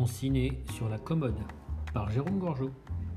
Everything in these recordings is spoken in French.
Mon ciné sur la commode par Jérôme Gorgeau.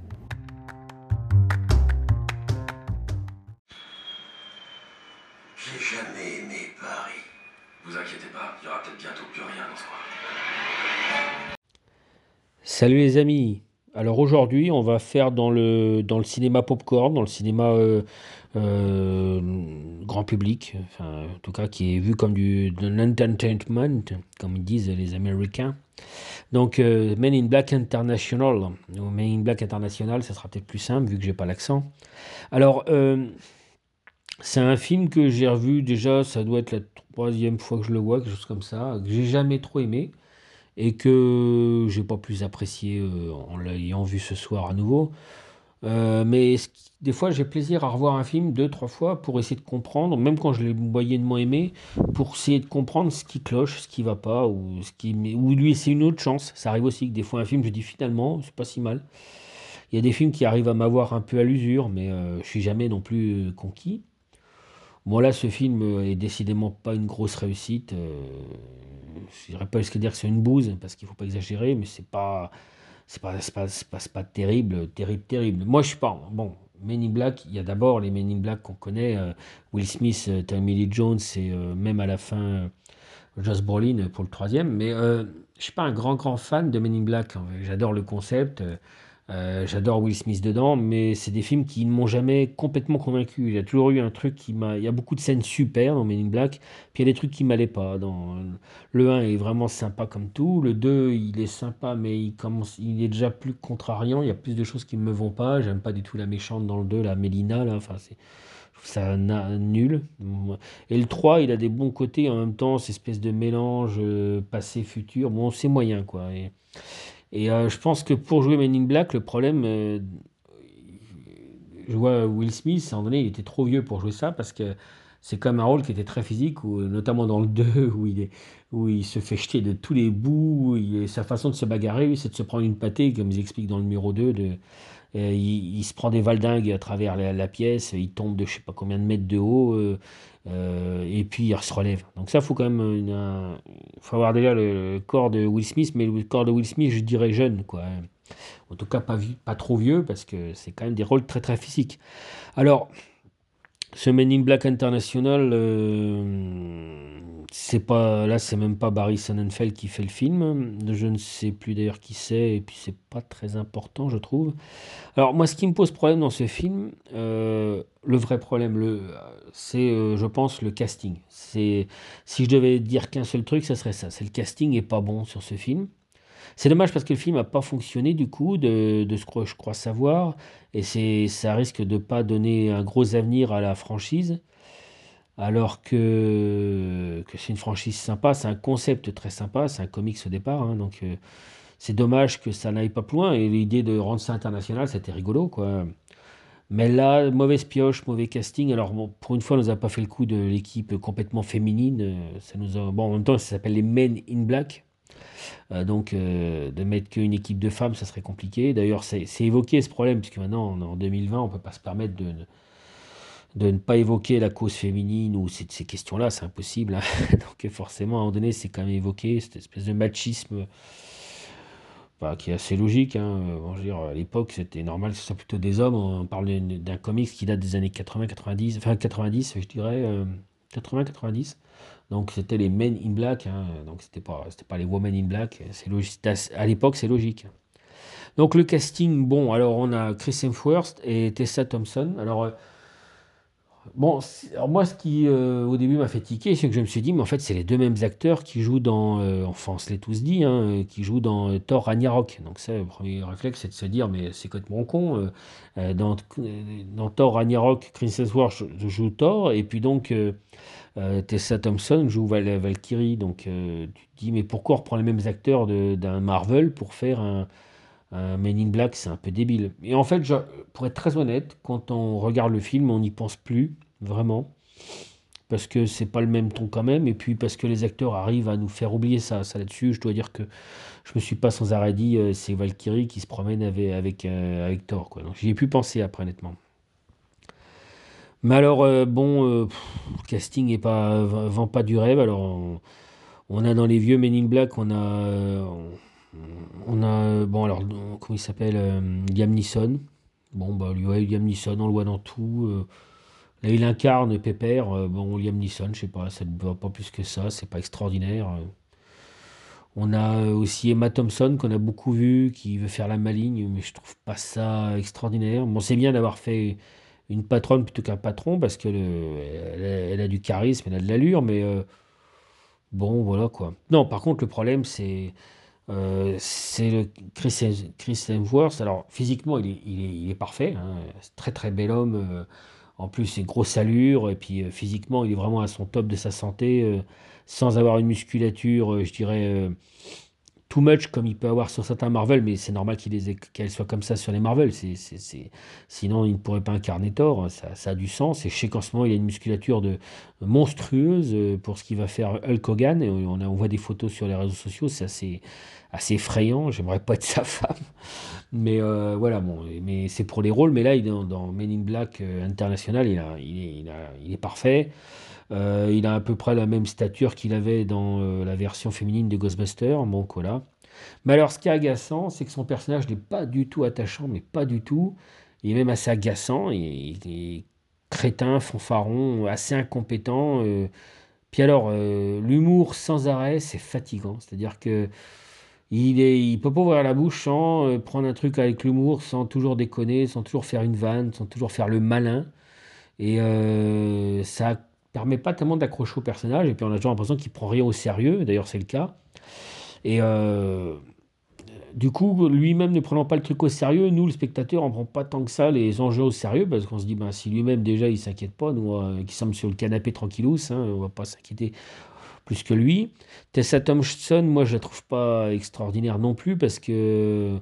J'ai jamais aimé Paris. Vous inquiétez pas, il y aura peut-être bientôt plus rien dans ce coin. Salut les amis. Alors aujourd'hui, on va faire dans le cinéma popcorn, dans le cinéma euh, grand public, enfin, en tout cas qui est vu comme de l'entertainment, comme ils disent les Américains. Donc Men in Black International, ou Men in Black International, ça sera peut-être plus simple vu que j'ai pas l'accent. Alors c'est un film que j'ai revu déjà, ça doit être la troisième fois que je le vois, quelque chose comme ça, que j'ai jamais trop aimé et que j'ai pas plus apprécié en l'ayant vu ce soir à nouveau. Mais des fois, j'ai plaisir à revoir un film deux, trois fois pour essayer de comprendre, même quand je l'ai moyennement aimé, pour essayer de comprendre ce qui cloche, ce qui va pas, ou lui c'est une autre chance. Ça arrive aussi que des fois un film, je dis finalement, c'est pas si mal. Il y a des films qui arrivent à m'avoir un peu à l'usure, mais je suis jamais non plus conquis. Bon là, ce film est décidément pas une grosse réussite. Je dirais pas jusqu'à dire que c'est une bouse, parce qu'il faut pas exagérer, mais c'est pas terrible, terrible, terrible. Moi, je suis pas bon. Men in Black, il y a d'abord les Men in Black qu'on connaît, Will Smith, Tommy Lee Jones, et même à la fin Josh Brolin pour le troisième. Mais je suis pas un grand fan de Men in Black. J'adore le concept. J'adore Will Smith dedans, mais c'est des films qui ne m'ont jamais complètement convaincu. Il y a toujours eu un truc qui m'a. Il y a beaucoup de scènes super dans Men in Black, puis il y a des trucs qui m'allaient pas. Le un est vraiment sympa comme tout, le 2 il est sympa, mais il est déjà plus contrariant. Il y a plus de choses qui ne me vont pas. J'aime pas du tout la méchante dans le 2, la Mélina, là. Enfin, je trouve ça nul. Et le 3 il a des bons côtés en même temps, cette espèce de mélange passé-futur. Bon, c'est moyen, quoi. Et je pense que pour jouer Men in Black, le problème, je vois Will Smith, à un moment donné, il était trop vieux pour jouer ça parce que c'est comme un rôle qui était très physique, notamment dans le 2 où il se fait jeter de tous les bouts, sa façon de se bagarrer, c'est de se prendre une pâtée, comme ils expliquent dans le numéro 2, il se prend des valdingues à travers la pièce, il tombe de je sais pas combien de mètres de haut, et puis il se relève. Donc ça, faut quand même faut avoir déjà le corps de Will Smith, mais le corps de Will Smith, je dirais jeune, quoi. En tout cas, pas trop vieux, parce que c'est quand même des rôles très très physiques. Alors, ce Men in Black International, c'est même pas Barry Sonnenfeld qui fait le film. Je ne sais plus d'ailleurs qui c'est, et puis c'est pas très important, je trouve. Alors moi, ce qui me pose problème dans ce film, le vrai problème, c'est, je pense, le casting. Si je devais dire qu'un seul truc, ça serait ça. C'est le casting est pas bon sur ce film. C'est dommage parce que le film n'a pas fonctionné du coup, de ce que je crois savoir, et ça risque de pas donner un gros avenir à la franchise, alors que c'est une franchise sympa, c'est un concept très sympa, c'est un comics au départ, hein, donc c'est dommage que ça n'aille pas plus loin, et l'idée de rendre ça international, c'était rigolo, quoi. Mais là, mauvaise pioche, mauvais casting. Alors, bon, pour une fois, on nous a pas fait le coup de l'équipe complètement féminine. Bon, en même temps, ça s'appelle les Men in Black. Donc, de mettre qu'une équipe de femmes, ça serait compliqué. D'ailleurs, c'est évoqué ce problème, puisque maintenant, on est en 2020, on ne peut pas se permettre de ne pas évoquer la cause féminine ou ces questions-là, c'est impossible, hein. Donc, forcément, à un moment donné, c'est quand même évoqué, cette espèce de machisme bah, qui est assez logique, hein. Bon, je veux dire, à l'époque, c'était normal que ce soit plutôt des hommes. On parle d'un comics qui date des années 80-90, enfin 90, je dirais, 80-90. Donc c'était les Men in Black, hein. Donc c'était pas les Women in Black. C'est logique. À l'époque, c'est logique. Donc le casting, bon, alors on a Chris Hemsworth et Tessa Thompson. Alors bon, alors moi, ce qui au début m'a fait tiquer, c'est que je me suis dit, mais en fait, c'est les deux mêmes acteurs qui jouent dans, enfin, on se l'est tous dit, hein, qui jouent dans Thor Ragnarok. Donc ça, le premier réflexe, c'est de se dire, mais c'est complètement con. Dans Thor Ragnarok, Chris Hemsworth joue Thor, et puis donc Tessa Thompson joue Valkyrie. Donc tu te dis, mais pourquoi on reprend les mêmes acteurs d'un Marvel pour faire un Men in Black? C'est un peu débile. Et en fait, pour être très honnête, quand on regarde le film, on n'y pense plus, vraiment. Parce que c'est pas le même ton quand même, et puis parce que les acteurs arrivent à nous faire oublier ça là-dessus. Je dois dire que je me suis pas sans arrêt dit, c'est Valkyrie qui se promène avec Thor, quoi. Donc j'y ai pu penser après, honnêtement. Mais alors, bon, le casting vend pas du rêve. Alors, on a dans les vieux Men in Black, on a On a, bon, alors, comment il s'appelle Liam Neeson. Bon, bah, ouais, Liam Neeson, on le voit dans tout. Là, il incarne Pépère. Bon, Liam Neeson, je sais pas, ça ne va pas plus que ça, c'est pas extraordinaire. On a aussi Emma Thompson, qu'on a beaucoup vu, qui veut faire la maligne, mais je trouve pas ça extraordinaire. Bon, c'est bien d'avoir fait une patronne plutôt qu'un patron, parce que elle a du charisme, elle a de l'allure, mais bon, voilà quoi. Non, par contre, le problème, c'est le Chris Hemsworth. Alors, physiquement, il est parfait, hein. C'est très très bel homme. En plus, c'est grosse allure. Et puis, physiquement, il est vraiment à son top de sa santé, sans avoir une musculature, je dirais, too much comme il peut avoir sur certains Marvel. Mais c'est normal qu'elle soit comme ça sur les Marvel. Sinon, il ne pourrait pas incarner Thor. Ça a du sens. Et je sais qu'en ce moment, il a une musculature monstrueuse pour ce qu'il va faire Hulk Hogan. Et on voit des photos sur les réseaux sociaux. C'est assez effrayant. J'aimerais pas être sa femme. Mais voilà, bon, mais c'est pour les rôles. Mais là, il est dans Men in Black International, il est parfait. Il a à peu près la même stature qu'il avait dans la version féminine de Ghostbusters. Donc voilà. Mais alors, ce qui est agaçant, c'est que son personnage n'est pas du tout attachant, mais pas du tout. Il est même assez agaçant. Il est crétin, fanfaron, assez incompétent. Puis alors, l'humour sans arrêt, c'est fatigant. C'est-à-dire que il peut pas ouvrir la bouche sans prendre un truc avec l'humour, sans toujours déconner, sans toujours faire une vanne, sans toujours faire le malin. Et ça permet pas tellement d'accrocher au personnage. Et puis on a toujours l'impression qu'il prend rien au sérieux. D'ailleurs, c'est le cas. Et du coup, lui-même ne prenant pas le truc au sérieux, nous, le spectateur, on prend pas tant que ça les enjeux au sérieux parce qu'on se dit, ben, si lui-même déjà il s'inquiète pas, nous, qui sommes sur le canapé tranquillous, hein, on va pas s'inquiéter plus que lui. Tessa Thompson, moi, je la trouve pas extraordinaire non plus parce que,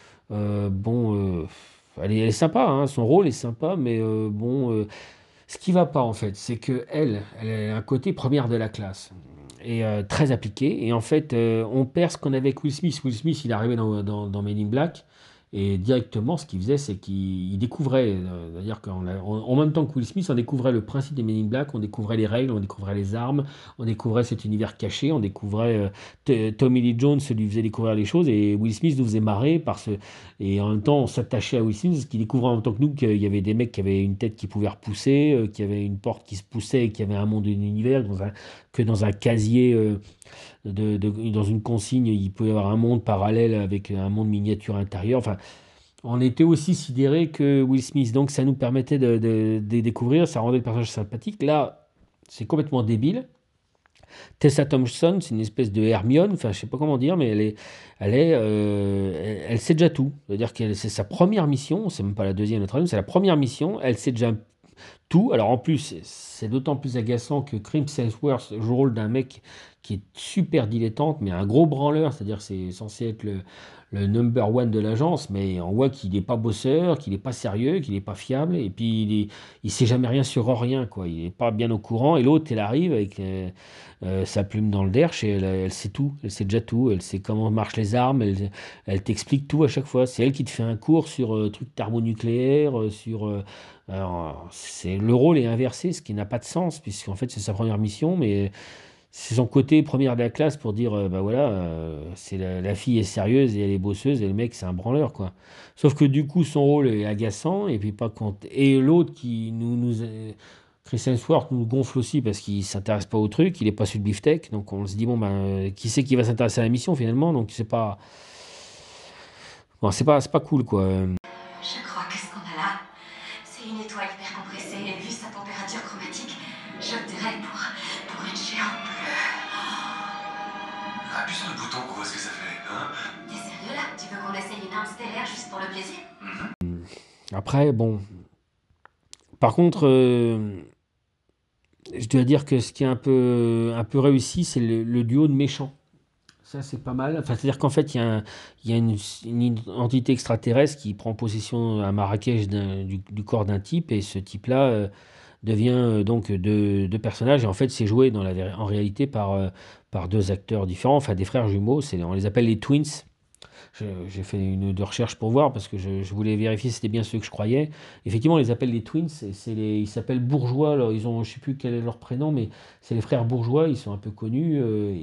bon, elle est sympa, hein, son rôle est sympa, mais bon, ce qui va pas en fait, c'est que elle a un côté première de la classe et très appliqué. Et en fait, on perd ce qu'on avait avec Will Smith. Will Smith, il est arrivé dans Men in Black. Et directement, ce qu'il faisait, c'est qu'il découvrait, c'est-à-dire en même temps que Will Smith, on découvrait le principe des Men in Black, on découvrait les règles, on découvrait les armes, on découvrait cet univers caché, on découvrait Tommy Lee Jones lui faisait découvrir les choses et Will Smith nous faisait marrer et en même temps on s'attachait à Will Smith parce qu'il découvrait en même temps que nous qu'il y avait des mecs qui avaient une tête qui pouvait repousser, qu'il y avait une porte qui se poussait et qu'il y avait un monde, un univers, que dans un casier, dans une consigne, il pouvait y avoir un monde parallèle avec un monde miniature intérieur. Enfin, on était aussi sidéré que Will Smith, donc ça nous permettait de découvrir, ça rendait le personnage sympathique. Là, c'est complètement débile. Tessa Thompson, c'est une espèce de Hermione, enfin je sais pas comment dire, mais elle sait déjà tout. C'est-à-dire que c'est sa première mission, c'est même pas la deuxième, la troisième, c'est la première mission. Elle sait déjà tout. Alors en plus, c'est d'autant plus agaçant que Chris Hemsworth joue le rôle d'un mec qui est super dilettante, mais un gros branleur, c'est-à-dire que c'est censé être le number one de l'agence, mais on voit qu'il n'est pas bosseur, qu'il n'est pas sérieux, qu'il n'est pas fiable, et puis il sait jamais rien sur rien, quoi. Il n'est pas bien au courant, et l'autre, elle arrive avec sa plume dans le derche, et elle sait tout, elle sait déjà tout, elle sait comment marchent les armes, elle t'explique tout à chaque fois. C'est elle qui te fait un cours sur trucs thermonucléaires, alors, le rôle est inversé, ce qui n'a pas de sens, puisqu'en fait c'est sa première mission, mais c'est son côté première de la classe pour dire, bah voilà, c'est la fille est sérieuse et elle est bosseuse et le mec c'est un branleur, quoi. Sauf que du coup son rôle est agaçant et puis pas quand et l'autre qui Chris Hemsworth nous gonfle aussi parce qu'il s'intéresse pas au truc, il est pas sur le beefsteak, donc on se dit bon ben qui c'est qui va s'intéresser à la mission finalement, donc c'est pas bon, c'est pas cool, quoi. Je crois que ce qu'on a là, c'est une étoile hyper compressée et vu sa température chromatique, j'opterais pour une géante bleue. Appuie sur le bouton pour voir ce que ça fait, hein? T'es sérieux là? Tu veux qu'on essaye une arme stellaire juste pour le plaisir? Après bon, par contre, je dois dire que ce qui est un peu réussi, c'est le duo de méchants. Ça, c'est pas mal. Enfin, c'est-à-dire qu'en fait, il y a une entité extraterrestre qui prend possession à Marrakech du corps d'un type, et ce type-là devient donc deux personnages. Et en fait, c'est joué en réalité par deux acteurs différents, enfin des frères jumeaux. On les appelle les twins. J'ai fait une de recherche pour voir parce que je voulais vérifier si c'était bien ceux que je croyais. Effectivement, on les appelle les twins. Ils s'appellent Bourgeois. Alors, je sais plus quel est leur prénom, mais c'est les frères Bourgeois. Ils sont un peu connus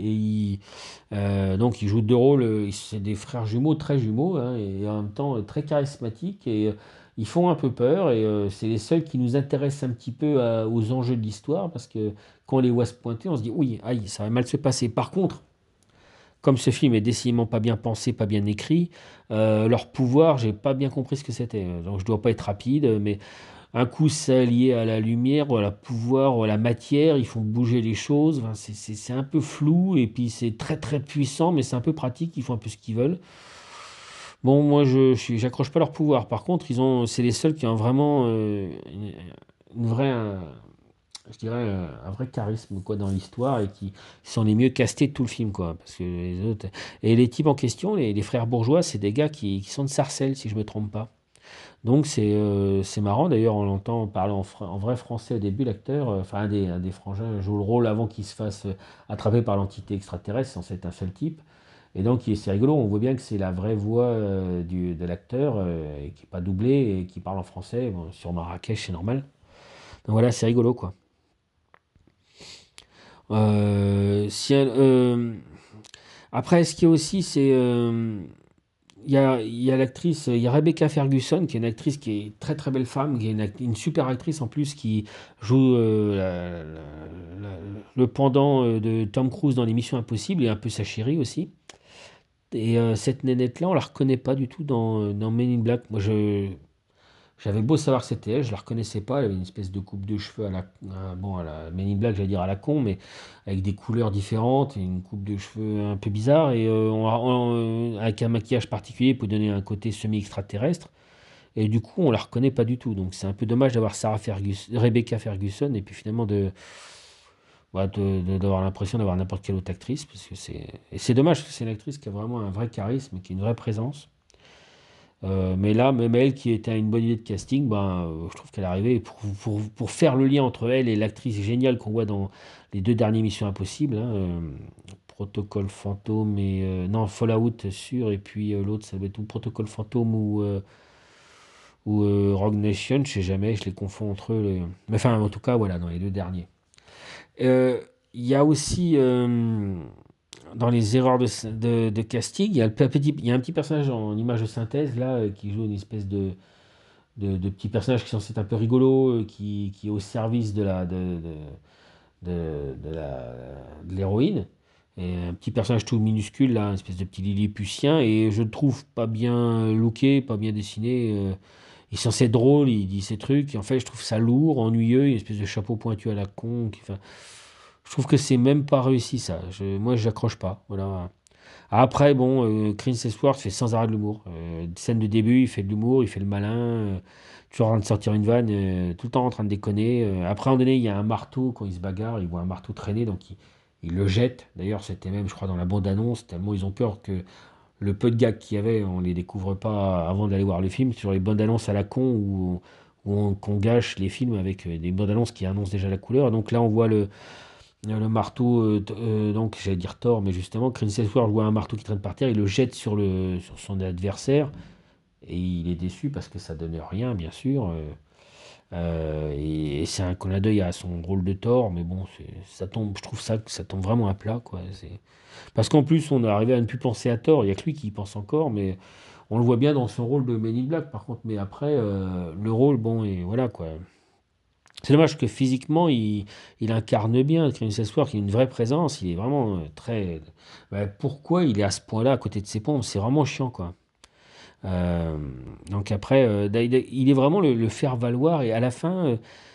donc ils jouent deux rôles. C'est des frères jumeaux, très jumeaux, hein, et en même temps très charismatiques et ils font un peu peur. Et c'est les seuls qui nous intéressent un petit peu aux enjeux de l'histoire parce que quand on les voit se pointer, on se dit oui, aïe, ça va mal se passer. Par contre, comme ce film est décidément pas bien pensé, pas bien écrit, leur pouvoir, j'ai pas bien compris ce que c'était. Donc je dois pas être rapide, mais un coup c'est lié à la lumière, ou à la pouvoir, ou à la matière, ils font bouger les choses. Enfin, c'est un peu flou, et puis c'est très très puissant, mais c'est un peu pratique, ils font un peu ce qu'ils veulent. Bon, moi j'accroche pas leur pouvoir. Par contre, c'est les seuls qui ont vraiment une vraie, je dirais, un vrai charisme quoi, dans l'histoire et qui sont les mieux castés de tout le film. Quoi, parce que les autres... Et les types en question, les frères bourgeois, c'est des gars qui sont de Sarcelles, si je me trompe pas. Donc c'est marrant, d'ailleurs, on l'entend parler en vrai français au début, l'acteur, enfin un des frangins joue le rôle avant qu'il se fasse attraper par l'entité extraterrestre, censé être un seul type. Et donc c'est rigolo, on voit bien que c'est la vraie voix de l'acteur, et qui n'est pas doublée, et qui parle en français. Bon, sur Marrakech, c'est normal. Donc voilà, c'est rigolo, quoi. Après, ce qui est aussi, c'est il y a l'actrice, il y a Rebecca Ferguson, qui est une actrice qui est très très belle femme, qui est une super actrice en plus, qui joue la- le pendant de Tom Cruise dans l'émission Impossible et un peu sa chérie aussi. Et cette nénette-là, on la reconnaît pas du tout dans Men in Black. J'avais beau savoir que c'était elle, je la reconnaissais pas. Elle avait une espèce de coupe de cheveux bon, à la Men in Black, j'allais dire à la con, mais avec des couleurs différentes et une coupe de cheveux un peu bizarre. Et avec un maquillage particulier pour donner un côté semi-extraterrestre. Et du coup, on la reconnaît pas du tout. Donc c'est un peu dommage d'avoir Rebecca Ferguson et puis finalement d'avoir l'impression d'avoir n'importe quelle autre actrice. Et c'est dommage parce que c'est une actrice qui a vraiment un vrai charisme, qui a une vraie présence. Mais là, même elle qui était à une bonne idée de casting, ben, je trouve qu'elle est arrivée pour faire le lien entre elle et l'actrice géniale qu'on voit dans les deux dernières Missions Impossibles, hein, Protocole Fantôme et non, Fallout sûr, et puis l'autre ça doit être ou Protocole Fantôme ou Rogue Nation, je sais jamais, je les confonds entre eux. Mais enfin, en tout cas, voilà, dans les deux derniers. Euh, Il y a aussi dans les erreurs de casting, il y a un petit personnage en image de synthèse là qui joue une espèce de petit personnage qui est censé être un peu rigolo, qui est au service de l'héroïne. Et un petit personnage tout minuscule là, une espèce de petit Lilliputien, et je le trouve pas bien looké, pas bien dessiné. Il est censé être drôle, il dit ses trucs, et en fait je trouve ça lourd, ennuyeux, une espèce de chapeau pointu à la con. Enfin, je trouve que c'est même pas réussi ça. Moi, j'accroche pas. Voilà. Après, bon, Chris Hemsworth fait sans arrêt de l'humour. Scène de début, il fait de l'humour, il fait le malin, toujours en train de sortir une vanne, tout le temps en train de déconner. Après, à un moment donné, il y a un marteau quand il se bagarre, il voit un marteau traîner, donc il le jette. D'ailleurs, c'était même, je crois, dans la bande-annonce, tellement ils ont peur que le peu de gags qu'il y avait, on les découvre pas avant d'aller voir le film. Sur les bandes-annonces à la con qu'on gâche les films avec des bandes-annonces qui annoncent déjà la couleur. Donc là, on voit le marteau, donc j'allais dire Thor, mais justement, Chris Hemsworth voit un marteau qui traîne par terre, il le jette sur son adversaire, et il est déçu parce que ça donne rien, bien sûr. Et c'est un clin d'œil à son rôle de Thor, mais bon, ça tombe, je trouve ça que ça tombe vraiment à plat, quoi. Parce qu'en plus, on est arrivé à ne plus penser à Thor, il n'y a que lui qui y pense encore, mais on le voit bien dans son rôle de Men in Black, par contre, mais après, le rôle, bon, et voilà, quoi. C'est dommage que physiquement, il incarne bien Chris Hemsworth, il a une vraie présence, il est vraiment très... pourquoi il est à ce point-là à côté de ses pompes? C'est vraiment chiant, quoi. Euh, donc après, il est vraiment le faire valoir, et à la fin,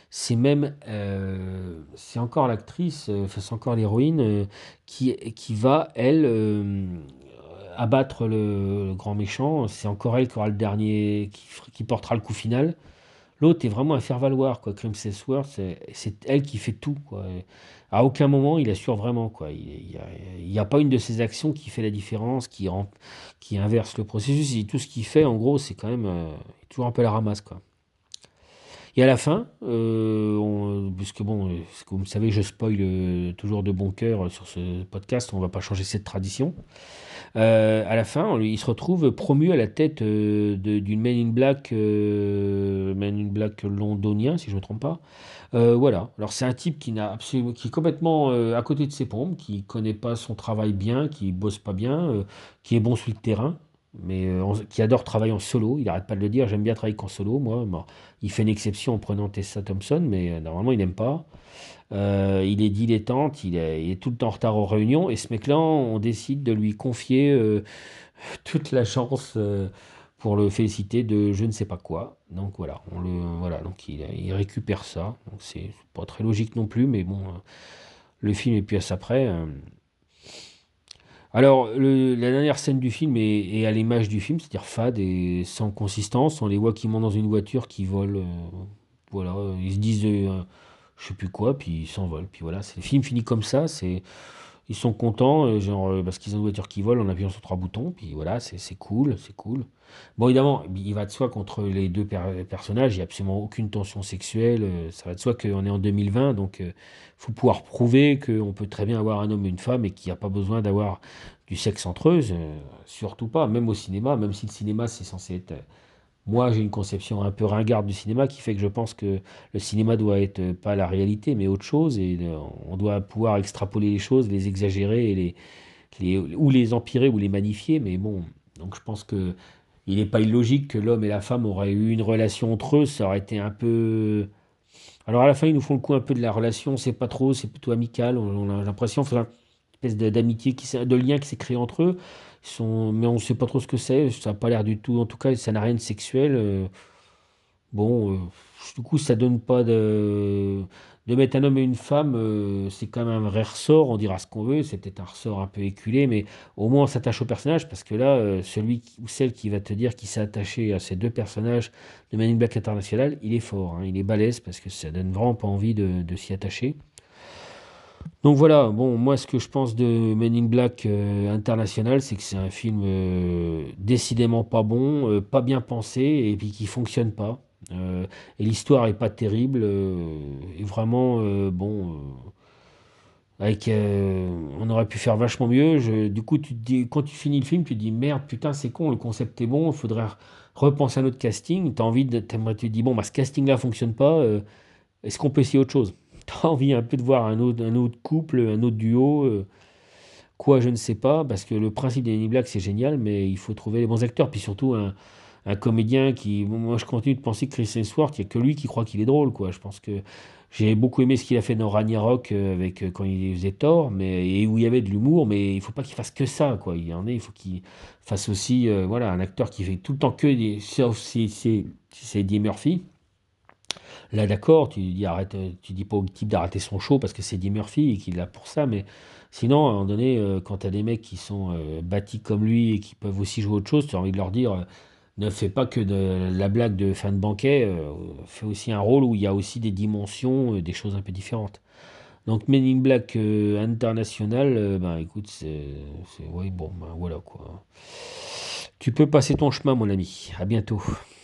c'est encore l'actrice, enfin, c'est encore l'héroïne qui va, elle, abattre le grand méchant. C'est encore elle qui aura le dernier, qui portera le coup final. L'autre est vraiment à faire valoir, quoi. Chris Hemsworth, c'est elle qui fait tout, quoi. Et à aucun moment il assure vraiment, quoi. Il y a pas une de ses actions qui fait la différence, qui inverse le processus. Tout ce qu'il fait, en gros, c'est quand même toujours un peu la ramasse, quoi. Et à la fin, puisque bon, comme vous le savez, je spoil toujours de bon cœur sur ce podcast, on va pas changer cette tradition. À la fin, il se retrouve promu à la tête d'une Men in Black londonien, si je ne me trompe pas. Voilà. Alors c'est un type qui est complètement à côté de ses pompes, qui connaît pas son travail bien, qui bosse pas bien, qui est bon sur le terrain, mais qui adore travailler en solo. Il arrête pas de le dire. J'aime bien travailler qu'en solo, moi. Bon, il fait une exception en prenant Tessa Thompson, mais normalement il n'aime pas. Il est dilettante, il est tout le temps en retard aux réunions, et ce mec-là, on décide de lui confier toute la chance pour le féliciter de je ne sais pas quoi. Donc voilà, voilà, donc il récupère ça. Donc c'est pas très logique non plus, mais bon, le film est puis à ça près. Alors, la dernière scène du film est à l'image du film, c'est-à-dire fade et sans consistance. On les voit qui montent dans une voiture, qui volent. Voilà, ils se disent je sais plus quoi, puis ils s'envolent. Puis voilà, le film finit comme ça. Ils sont contents, genre, parce qu'ils ont une voiture qui vole en appuyant sur trois boutons. Puis voilà, c'est cool, c'est cool. Bon, évidemment, il va de soi qu'entre les deux personnages, il n'y a absolument aucune tension sexuelle. Ça va de soi qu'on est en 2020, donc il faut pouvoir prouver qu'on peut très bien avoir un homme et une femme et qu'il n'y a pas besoin d'avoir du sexe entre eux. Surtout pas, même au cinéma, même si le cinéma, c'est censé être moi, j'ai une conception un peu ringarde du cinéma qui fait que je pense que le cinéma doit être pas la réalité, mais autre chose. Et on doit pouvoir extrapoler les choses, les exagérer, ou les empirer ou les magnifier. Mais bon, donc je pense que il n'est pas illogique que l'homme et la femme auraient eu une relation entre eux. Ça aurait été un peu. Alors à la fin, ils nous font le coup un peu de la relation. C'est pas trop, c'est plutôt amical. On a l'impression, enfin, une espèce d'amitié, de lien qui s'est créé entre eux. Mais on ne sait pas trop ce que c'est. Ça n'a pas l'air du tout. En tout cas, ça n'a rien de sexuel. Bon, du coup, ça donne pas de mettre un homme et une femme. C'est quand même un vrai ressort. On dira ce qu'on veut. C'est peut-être un ressort un peu éculé, mais au moins on s'attache au personnage parce que là, ou celle qui va te dire qu'il s'est attaché à ces deux personnages de Men in Black International, il est fort, hein, il est balèze parce que ça donne vraiment pas envie de s'y attacher. Donc voilà, bon, moi ce que je pense de Men in Black International, c'est que c'est un film décidément pas bon, pas bien pensé et puis qui fonctionne pas. Et l'histoire est pas terrible, et vraiment bon, on aurait pu faire vachement mieux. Du coup, tu te dis, quand tu finis le film, tu te dis merde, putain, c'est con, le concept est bon, il faudrait repenser à notre casting. Tu te dis bon, bah, ce casting-là fonctionne pas, est-ce qu'on peut essayer autre chose? T'as envie un peu de voir un autre couple, un autre duo, quoi, je ne sais pas, parce que le principe des Men in Black, c'est génial, mais il faut trouver les bons acteurs, puis surtout un comédien qui, bon, moi je continue de penser que Chris Hemsworth, il n'y a que lui qui croit qu'il est drôle, quoi. Je pense que j'ai beaucoup aimé ce qu'il a fait dans Ragnarok quand il faisait Thor, et où il y avait de l'humour, mais il faut pas qu'il fasse que ça, quoi. Il faut qu'il fasse aussi, voilà, un acteur qui fait tout le temps que des, sauf si c'est Eddie Murphy. Là, d'accord, tu dis arrête, tu dis pas au type d'arrêter son show parce que c'est Eddie Murphy et qu'il est là pour ça, mais sinon, à un moment donné, quand tu as des mecs qui sont bâtis comme lui et qui peuvent aussi jouer autre chose, tu as envie de leur dire ne fais pas que de la blague de fin de banquet, fais aussi un rôle où il y a aussi des dimensions, des choses un peu différentes. Donc Men in Black International, ben écoute, ouais, bon, ben voilà quoi. Tu peux passer ton chemin, mon ami. À bientôt.